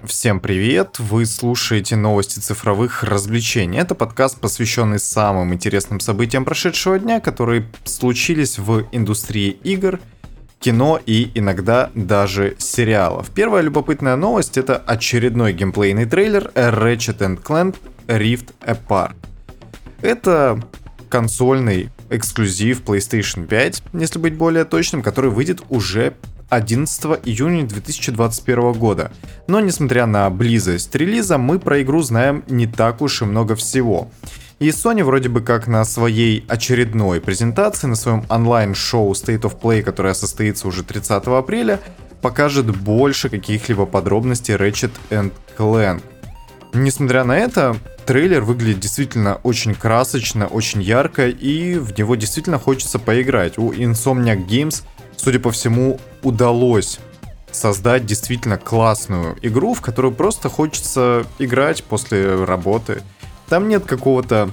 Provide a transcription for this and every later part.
Всем привет! Вы слушаете новости цифровых развлечений. Это подкаст, посвященный самым интересным событиям прошедшего дня, которые случились в индустрии игр, кино и иногда даже сериалов. Первая любопытная новость — это очередной геймплейный трейлер Ratchet Clank Rift Apart. Это консольный эксклюзив PlayStation 5, если быть более точным, который выйдет уже 11 июня 2021 года. Но несмотря на близость релиза, мы про игру знаем не так уж и много всего. И Sony вроде бы как на своей очередной презентации, на своем онлайн-шоу State of Play, которое состоится уже 30 апреля, покажет больше каких-либо подробностей Ratchet Clank. Несмотря на это, трейлер выглядит действительно очень красочно, очень ярко, и в него действительно хочется поиграть. У Insomniac Games, судя по всему, удалось создать действительно классную игру, в которую просто хочется играть после работы. Там нет какого-то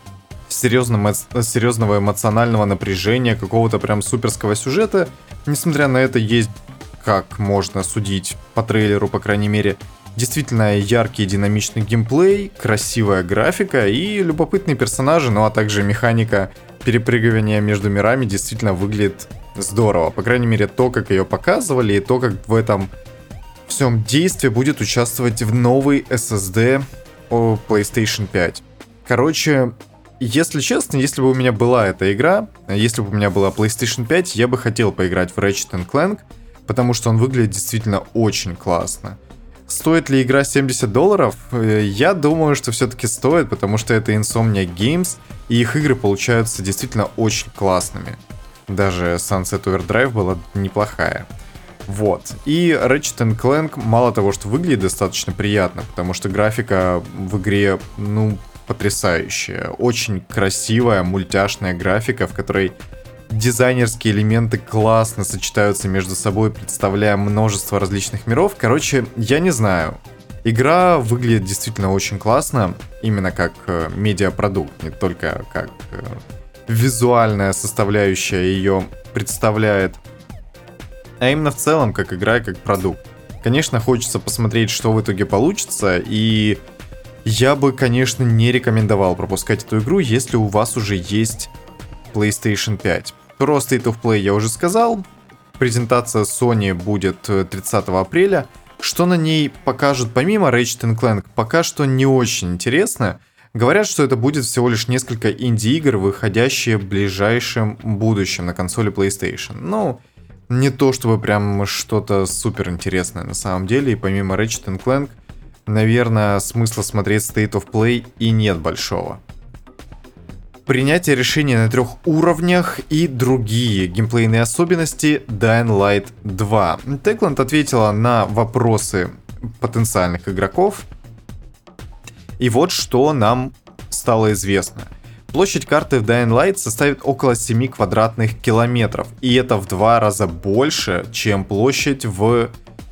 серьезного эмоционального напряжения, какого-то прям суперского сюжета. Несмотря на это, есть, как можно судить по трейлеру, по крайней мере, действительно яркий и динамичный геймплей, красивая графика и любопытные персонажи, ну а также механика перепрыгивания между мирами действительно выглядит здорово. По крайней мере, то, как ее показывали, и то, как в этом всем действии будет участвовать в новый SSD PlayStation 5. Короче, если честно, если бы у меня была эта игра, если бы у меня была PlayStation 5, я бы хотел поиграть в Ratchet Clank, потому что он выглядит действительно очень классно. Стоит ли игра $70? Я думаю, что все-таки стоит, потому что это Insomniac Games, и их игры получаются действительно очень классными. Даже Sunset Overdrive была неплохая. Вот. И Ratchet Clank мало того, что выглядит достаточно приятно, потому что графика в игре, потрясающая. Очень красивая, мультяшная графика, в которой дизайнерские элементы классно сочетаются между собой, представляя множество различных миров. Короче, я не знаю. Игра выглядит действительно очень классно, именно как медиапродукт, не только как визуальная составляющая ее представляет, а именно в целом как игра и как продукт. Конечно, хочется посмотреть, что в итоге получится, и я бы, конечно, не рекомендовал пропускать эту игру, если у вас уже есть PlayStation 5. Про State of Play я уже сказал. Презентация Sony будет 30 апреля. Что на ней покажут помимо Ratchet Clank, пока что не очень интересно. Говорят, что это будет всего лишь несколько инди-игр, выходящие в ближайшем будущем на консоли PlayStation. Не то чтобы прям что-то супер интересное на самом деле. И помимо Ratchet Clank, наверное, смысла смотреть State of Play и нет большого. Принятие решений на 3 уровнях и другие геймплейные особенности Dying Light 2. Techland ответила на вопросы потенциальных игроков. И вот что нам стало известно. Площадь карты в Dying Light составит около 7 квадратных километров. И это в 2 раза больше, чем площадь в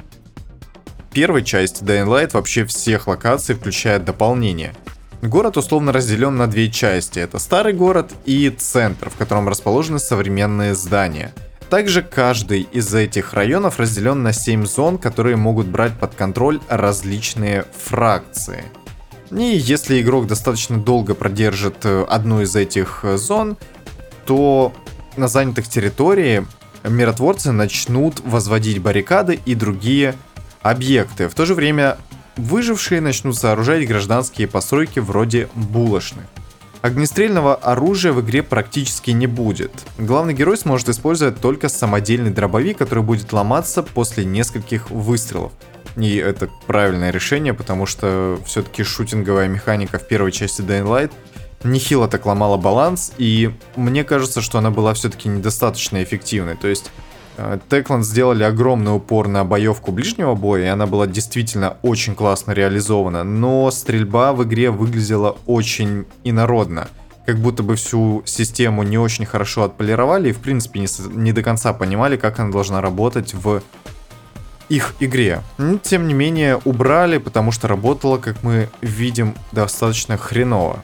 первой части Dying Light вообще всех локаций, включая дополнение. Город условно разделен на 2 части. Это старый город и центр, в котором расположены современные здания. Также каждый из этих районов разделен на 7 зон, которые могут брать под контроль различные фракции. И если игрок достаточно долго продержит одну из этих зон, то на занятых территориях миротворцы начнут возводить баррикады и другие объекты. В то же время выжившие начнут сооружать гражданские постройки вроде булочных. Огнестрельного оружия в игре практически не будет. Главный герой сможет использовать только самодельный дробовик, который будет ломаться после нескольких выстрелов. И это правильное решение, потому что все-таки шутинговая механика в первой части Dying Light нехило так ломала баланс, и мне кажется, что она была все-таки недостаточно эффективной. То есть Techland сделали огромный упор на боевку ближнего боя, и она была действительно очень классно реализована, но стрельба в игре выглядела очень инородно. Как будто бы всю систему не очень хорошо отполировали и в принципе не до конца понимали, как она должна работать в их игре. Но, тем не менее, убрали, потому что работало, как мы видим, достаточно хреново.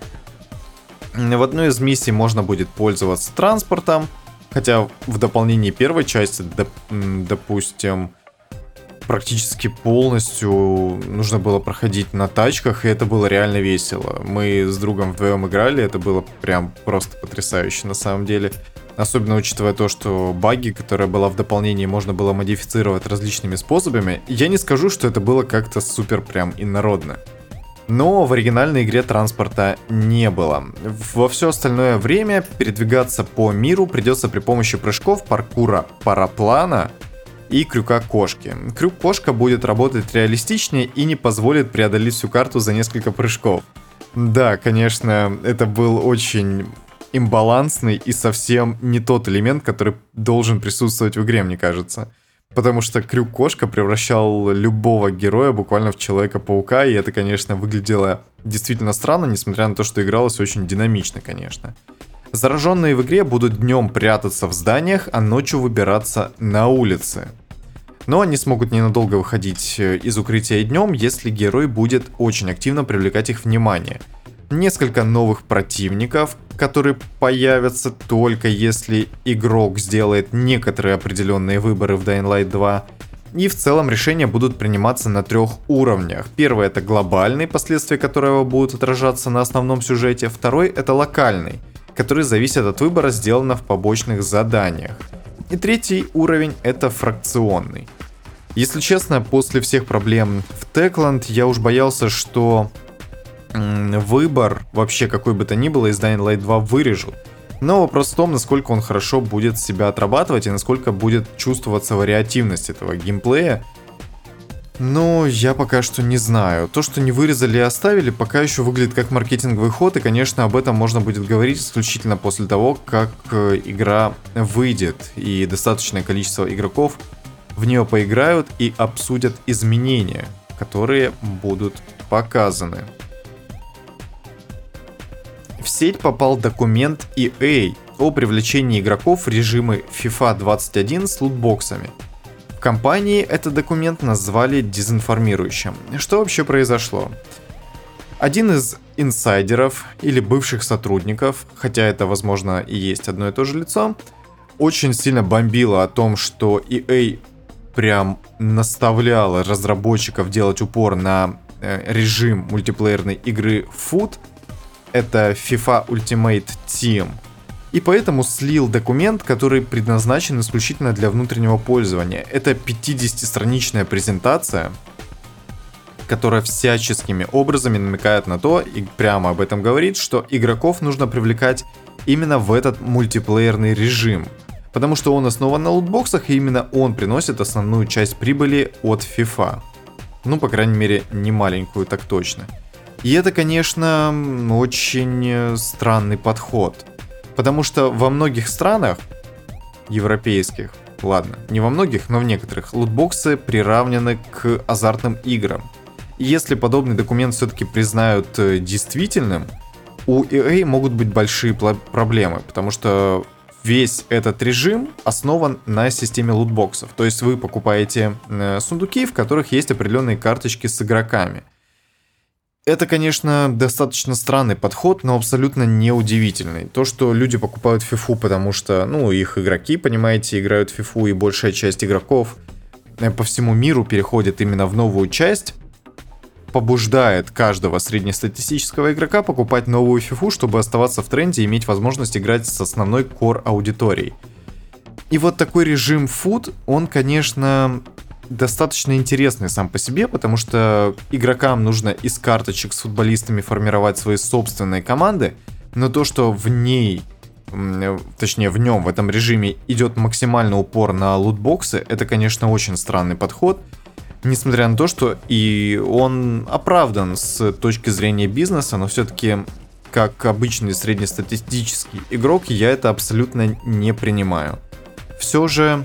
В одной из миссий можно будет пользоваться транспортом, хотя в дополнении первой части, допустим, практически полностью нужно было проходить на тачках, и это было реально весело. Мы с другом вдвоем играли, это было прям просто потрясающе на самом деле. Особенно учитывая то, что баги, которая была в дополнении, можно было модифицировать различными способами. Я не скажу, что это было как-то супер прям инородно. Но в оригинальной игре транспорта не было. Во все остальное время передвигаться по миру придется при помощи прыжков, паркура, параплана и крюка кошки. Крюк кошка будет работать реалистичнее и не позволит преодолеть всю карту за несколько прыжков. Да, конечно, это был очень имбалансный и совсем не тот элемент, который должен присутствовать в игре, мне кажется. Потому что крюк-кошка превращал любого героя буквально в Человека-паука, и это, конечно, выглядело действительно странно, несмотря на то, что игралось очень динамично, конечно. Зараженные в игре будут днем прятаться в зданиях, а ночью выбираться на улицы. Но они смогут ненадолго выходить из укрытия днем, если герой будет очень активно привлекать их внимание. Несколько новых противников, которые появятся только если игрок сделает некоторые определенные выборы в Dying Light 2. И в целом решения будут приниматься на 3 уровнях. Первый — это глобальный, последствия которого будут отражаться на основном сюжете. Второй — это локальный, который зависит от выбора, сделанного в побочных заданиях. И третий уровень — это фракционный. Если честно, после всех проблем в Techland я уж боялся, что выбор, вообще какой бы то ни было, из Dying Light 2 вырежут. Но вопрос в том, насколько он хорошо будет себя отрабатывать и насколько будет чувствоваться вариативность этого геймплея. Но я пока что не знаю. То, что не вырезали и оставили, пока еще выглядит как маркетинговый ход, и, конечно, об этом можно будет говорить исключительно после того, как игра выйдет, и достаточное количество игроков в нее поиграют и обсудят изменения, которые будут показаны. В сеть попал документ EA о привлечении игроков в режимы FIFA 21 с лутбоксами. В компании этот документ назвали дезинформирующим. Что вообще произошло? Один из инсайдеров или бывших сотрудников, хотя это, возможно, и есть одно и то же лицо, очень сильно бомбило о том, что EA прям наставляла разработчиков делать упор на режим мультиплеерной игры FUT. Это FIFA Ultimate Team. И поэтому слил документ, который предназначен исключительно для внутреннего пользования. Это 50-страничная презентация, которая всяческими образами намекает на то, и прямо об этом говорит, что игроков нужно привлекать именно в этот мультиплеерный режим. Потому что он основан на лутбоксах, и именно он приносит основную часть прибыли от FIFA. Ну, по крайней мере, не маленькую, так точно. И это, конечно, очень странный подход. Потому что во многих странах европейских, ладно, не во многих, но в некоторых, лутбоксы приравнены к азартным играм. И если подобный документ все-таки признают действительным, у EA могут быть большие проблемы, потому что весь этот режим основан на системе лутбоксов. То есть вы покупаете сундуки, в которых есть определенные карточки с игроками. Это, конечно, достаточно странный подход, но абсолютно неудивительный. То, что люди покупают FIFA, потому что, их игроки, понимаете, играют в FIFA, и большая часть игроков по всему миру переходит именно в новую часть, побуждает каждого среднестатистического игрока покупать новую FIFA, чтобы оставаться в тренде и иметь возможность играть с основной core-аудиторией. И вот такой режим FUT, он, конечно, достаточно интересный сам по себе, потому что игрокам нужно из карточек с футболистами формировать свои собственные команды, но то, что в нем, в этом режиме идет максимальный упор на лутбоксы, это, конечно, очень странный подход, несмотря на то, что и он оправдан с точки зрения бизнеса, но все-таки, как обычный среднестатистический игрок, я это абсолютно не принимаю. Все же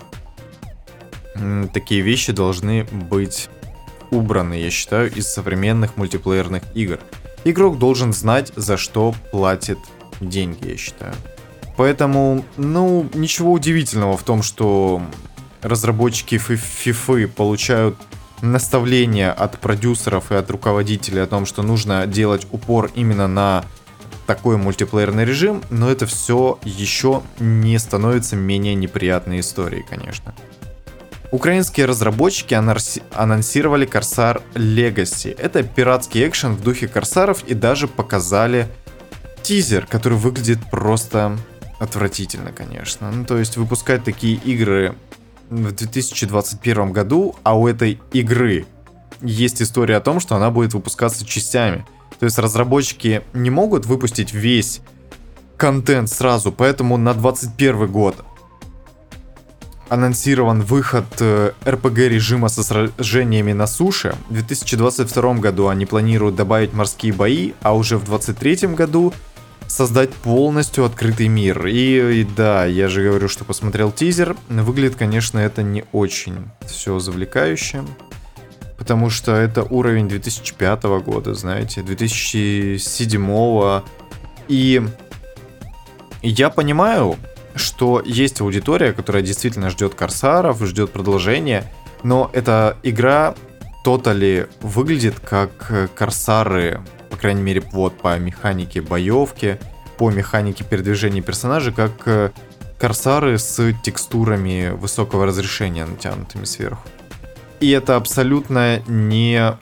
такие вещи должны быть убраны, я считаю, из современных мультиплеерных игр. Игрок должен знать, за что платит деньги, я считаю. Поэтому, ничего удивительного в том, что разработчики FIFA получают наставления от продюсеров и от руководителей о том, что нужно делать упор именно на такой мультиплеерный режим, но это все еще не становится менее неприятной историей, конечно. Украинские разработчики анонсировали Corsair Legacy. Это пиратский экшен в духе корсаров, и даже показали тизер, который выглядит просто отвратительно, конечно. Ну, то есть выпускать такие игры в 2021 году, а у этой игры есть история о том, что она будет выпускаться частями. То есть разработчики не могут выпустить весь контент сразу, поэтому на 2021 год анонсирован выход RPG режима со сражениями на суше. В 2022 году они планируют добавить морские бои, а уже в 2023 году создать полностью открытый мир. И да, я же говорю, что посмотрел тизер. Выглядит, конечно, это не очень все завлекающе. Потому что это уровень 2005 года, знаете, 2007. И я понимаю, что есть аудитория, которая действительно ждет корсаров, ждет продолжения, но эта игра тотали выглядит как корсары, по крайней мере, вот по механике боевки, по механике передвижения персонажей, как корсары с текстурами высокого разрешения, натянутыми сверху. И это абсолютно не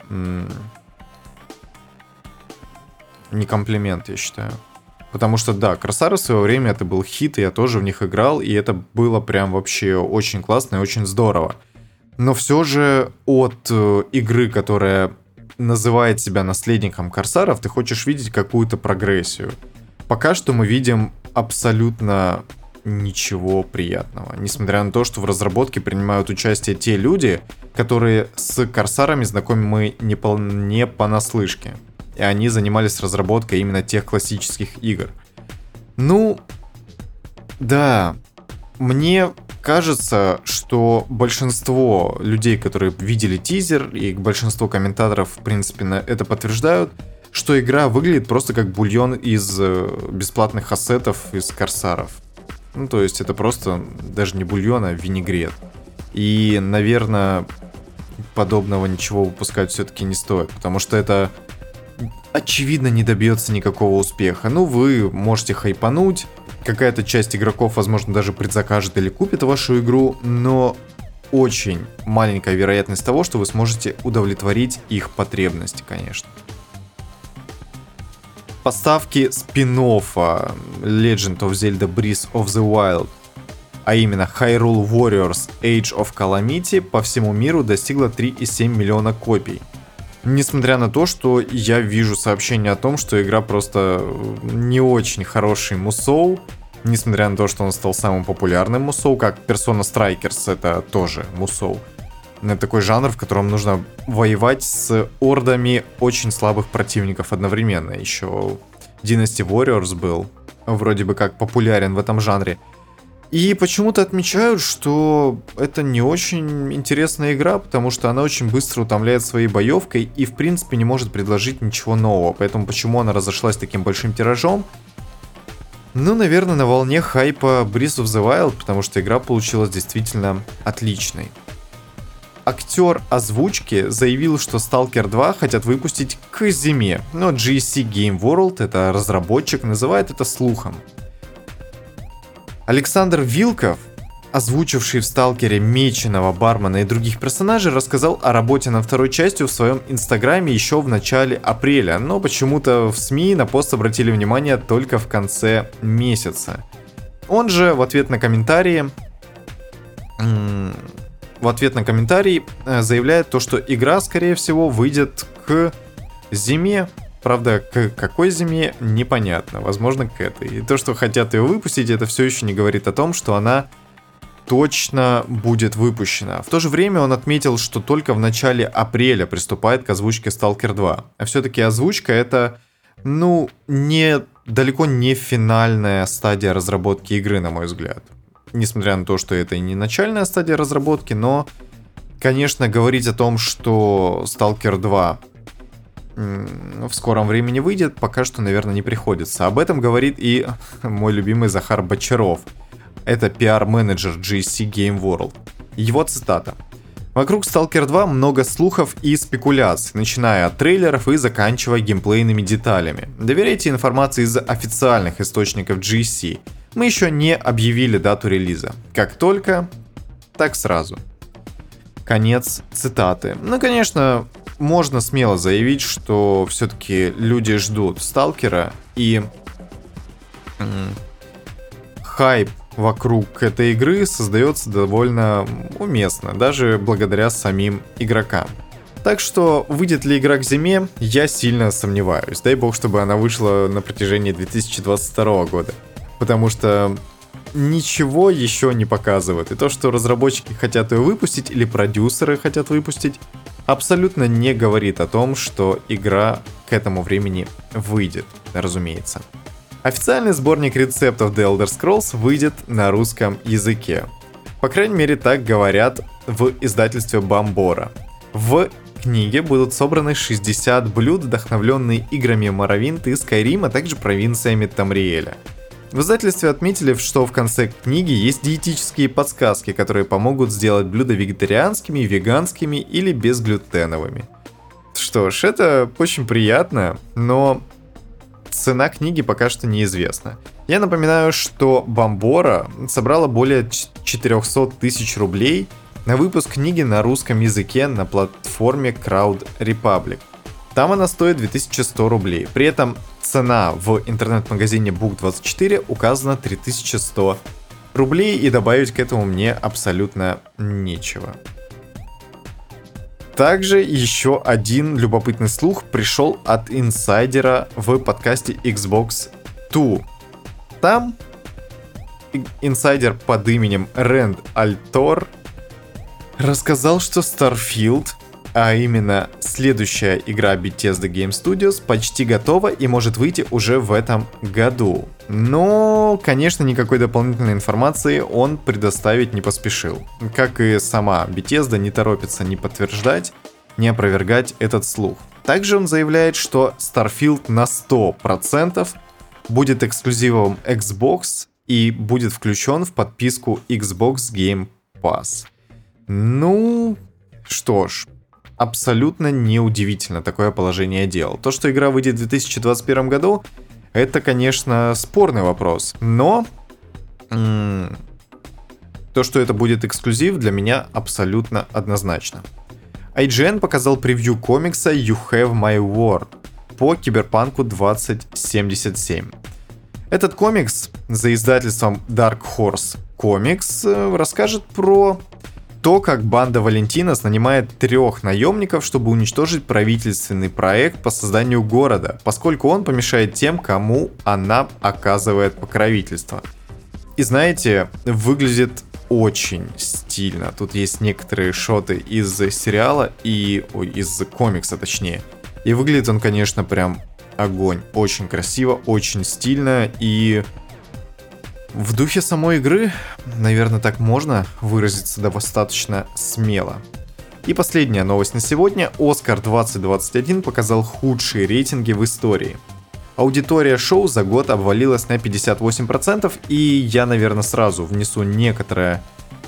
комплимент, я считаю. Потому что, да, Корсары в свое время это был хит, и я тоже в них играл, и это было прям вообще очень классно и очень здорово. Но все же от игры, которая называет себя наследником Корсаров, ты хочешь видеть какую-то прогрессию. Пока что мы видим абсолютно ничего приятного. Несмотря на то, что в разработке принимают участие те люди, которые с Корсарами знакомы не понаслышке. И они занимались разработкой именно тех классических игр. Ну, да, мне кажется, что большинство людей, которые видели тизер, и большинство комментаторов, в принципе, это подтверждают, что игра выглядит просто как бульон из бесплатных ассетов из Корсаров. Ну, то есть это просто даже не бульон, а винегрет. И, наверное, подобного ничего выпускать все-таки не стоит, потому что это очевидно не добьется никакого успеха. Ну, вы можете хайпануть, какая-то часть игроков, возможно, даже предзакажет или купит вашу игру, но очень маленькая вероятность того, что вы сможете удовлетворить их потребности, конечно. Поставки спин-оффа Legend of Zelda Breath of the Wild, а именно Hyrule Warriors Age of Calamity, по всему миру достигла 3,7 миллиона копий. Несмотря на то, что я вижу сообщение о том, что игра просто не очень хороший мусоу, несмотря на то, что он стал самым популярным мусоу, как Persona Strikers, это тоже мусоу. Это такой жанр, в котором нужно воевать с ордами очень слабых противников одновременно. Еще Dynasty Warriors был вроде бы как популярен в этом жанре. И почему-то отмечают, что это не очень интересная игра, потому что она очень быстро утомляет своей боевкой и в принципе не может предложить ничего нового. Поэтому почему она разошлась таким большим тиражом? Ну, наверное, на волне хайпа Breath of the Wild, потому что игра получилась действительно отличной. Актер озвучки заявил, что Stalker 2 хотят выпустить к зиме, но GSC Game World, это разработчик, называет это слухом. Александр Вилков, озвучивший в Сталкере Меченого, Бармена и других персонажей, рассказал о работе над второй частью в своем инстаграме еще в начале апреля, но почему-то в СМИ на пост обратили внимание только в конце месяца. Он же в ответ на комментарий заявляет то, что игра, скорее всего, выйдет к зиме. Правда, к какой зиме, непонятно. Возможно, к этой. И то, что хотят ее выпустить, это все еще не говорит о том, что она точно будет выпущена. В то же время он отметил, что только в начале апреля приступает к озвучке Stalker 2. А все-таки озвучка это, далеко не финальная стадия разработки игры, на мой взгляд. Несмотря на то, что это и не начальная стадия разработки, но, конечно, говорить о том, что Stalker 2 в скором времени выйдет, пока что, наверное, не приходится. Об этом говорит и мой любимый Захар Бочаров. Это пиар-менеджер GSC Game World. Его цитата. Вокруг Stalker 2 много слухов и спекуляций, начиная от трейлеров и заканчивая геймплейными деталями. Доверяйте информации из официальных источников GSC. Мы еще не объявили дату релиза. Как только, так сразу. Конец цитаты. Ну, конечно, можно смело заявить, что все-таки люди ждут Сталкера, и хайп вокруг этой игры создается довольно уместно, даже благодаря самим игрокам. Так что, выйдет ли игра к зиме, я сильно сомневаюсь. Дай бог, чтобы она вышла на протяжении 2022 года. Потому что ничего еще не показывают. И то, что разработчики хотят ее выпустить, или продюсеры хотят выпустить, абсолютно не говорит о том, что игра к этому времени выйдет, разумеется. Официальный сборник рецептов The Elder Scrolls выйдет на русском языке. По крайней мере, так говорят в издательстве Бамбора. В книге будут собраны 60 блюд, вдохновленные играми Morrowind и Skyrim, а также провинциями Тамриэля. В издательстве отметили, что в конце книги есть диетические подсказки, которые помогут сделать блюда вегетарианскими, веганскими или безглютеновыми. Что ж, это очень приятно, но цена книги пока что неизвестна. Я напоминаю, что Бамбора собрала более 400 тысяч рублей на выпуск книги на русском языке на платформе Crowd Republic. Там она стоит 2100 рублей. При этом цена в интернет-магазине Book24 указана 3100 рублей, и добавить к этому мне абсолютно нечего. Также еще один любопытный слух пришел от инсайдера в подкасте Xbox Two. Там инсайдер под именем Рэнд Альтор рассказал, что Starfield, а именно следующая игра Bethesda Game Studios, почти готова и может выйти уже в этом году. Но, конечно, никакой дополнительной информации он предоставить не поспешил. Как и сама Bethesda не торопится ни подтверждать, ни опровергать этот слух. Также он заявляет, что Starfield на 100% будет эксклюзивом Xbox и будет включен в подписку Xbox Game Pass. Ну, что ж, абсолютно неудивительно такое положение дел. То, что игра выйдет в 2021 году, это, конечно, спорный вопрос. Но то, что это будет эксклюзив, для меня абсолютно однозначно. IGN показал превью комикса You Have My Word по Киберпанку 2077. Этот комикс за издательством Dark Horse Comics расскажет про то, как банда Валентинос нанимает 3 наемников, чтобы уничтожить правительственный проект по созданию города, поскольку он помешает тем, кому она оказывает покровительство. И знаете, выглядит очень стильно. Тут есть некоторые шоты из сериала из комикса точнее. И выглядит он, конечно, прям огонь. Очень красиво, очень стильно и в духе самой игры, наверное, так можно выразиться достаточно смело. И последняя новость на сегодня. Оскар 2021 показал худшие рейтинги в истории. Аудитория шоу за год обвалилась на 58%, и я, наверное, сразу внесу некоторое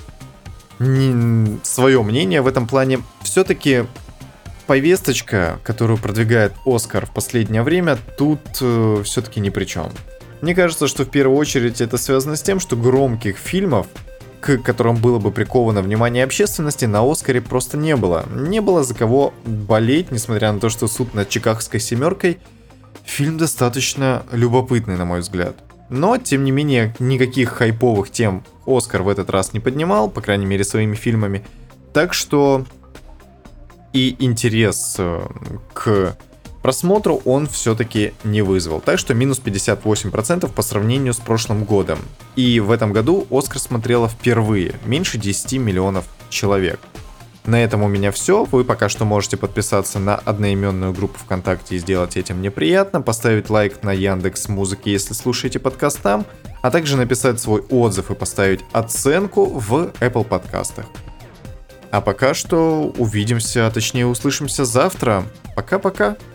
свое мнение в этом плане. Все-таки повесточка, которую продвигает Оскар в последнее время, тут все-таки ни при чем. Мне кажется, что в первую очередь это связано с тем, что громких фильмов, к которым было бы приковано внимание общественности, на Оскаре просто не было. Не было за кого болеть, несмотря на то, что «Суд над Чикагской семеркой» фильм достаточно любопытный, на мой взгляд. Но, тем не менее, никаких хайповых тем Оскар в этот раз не поднимал, по крайней мере, своими фильмами. Так что и интерес к просмотру он все-таки не вызвал. Так что минус 58% по сравнению с прошлым годом. И в этом году Оскар смотрело впервые меньше 10 миллионов человек. На этом у меня все. Вы пока что можете подписаться на одноименную группу ВКонтакте и сделать этим мне приятно, поставить лайк на Яндекс.Музыке, если слушаете подкаст там, а также написать свой отзыв и поставить оценку в Apple подкастах. А пока что увидимся, а точнее услышимся завтра. Пока-пока.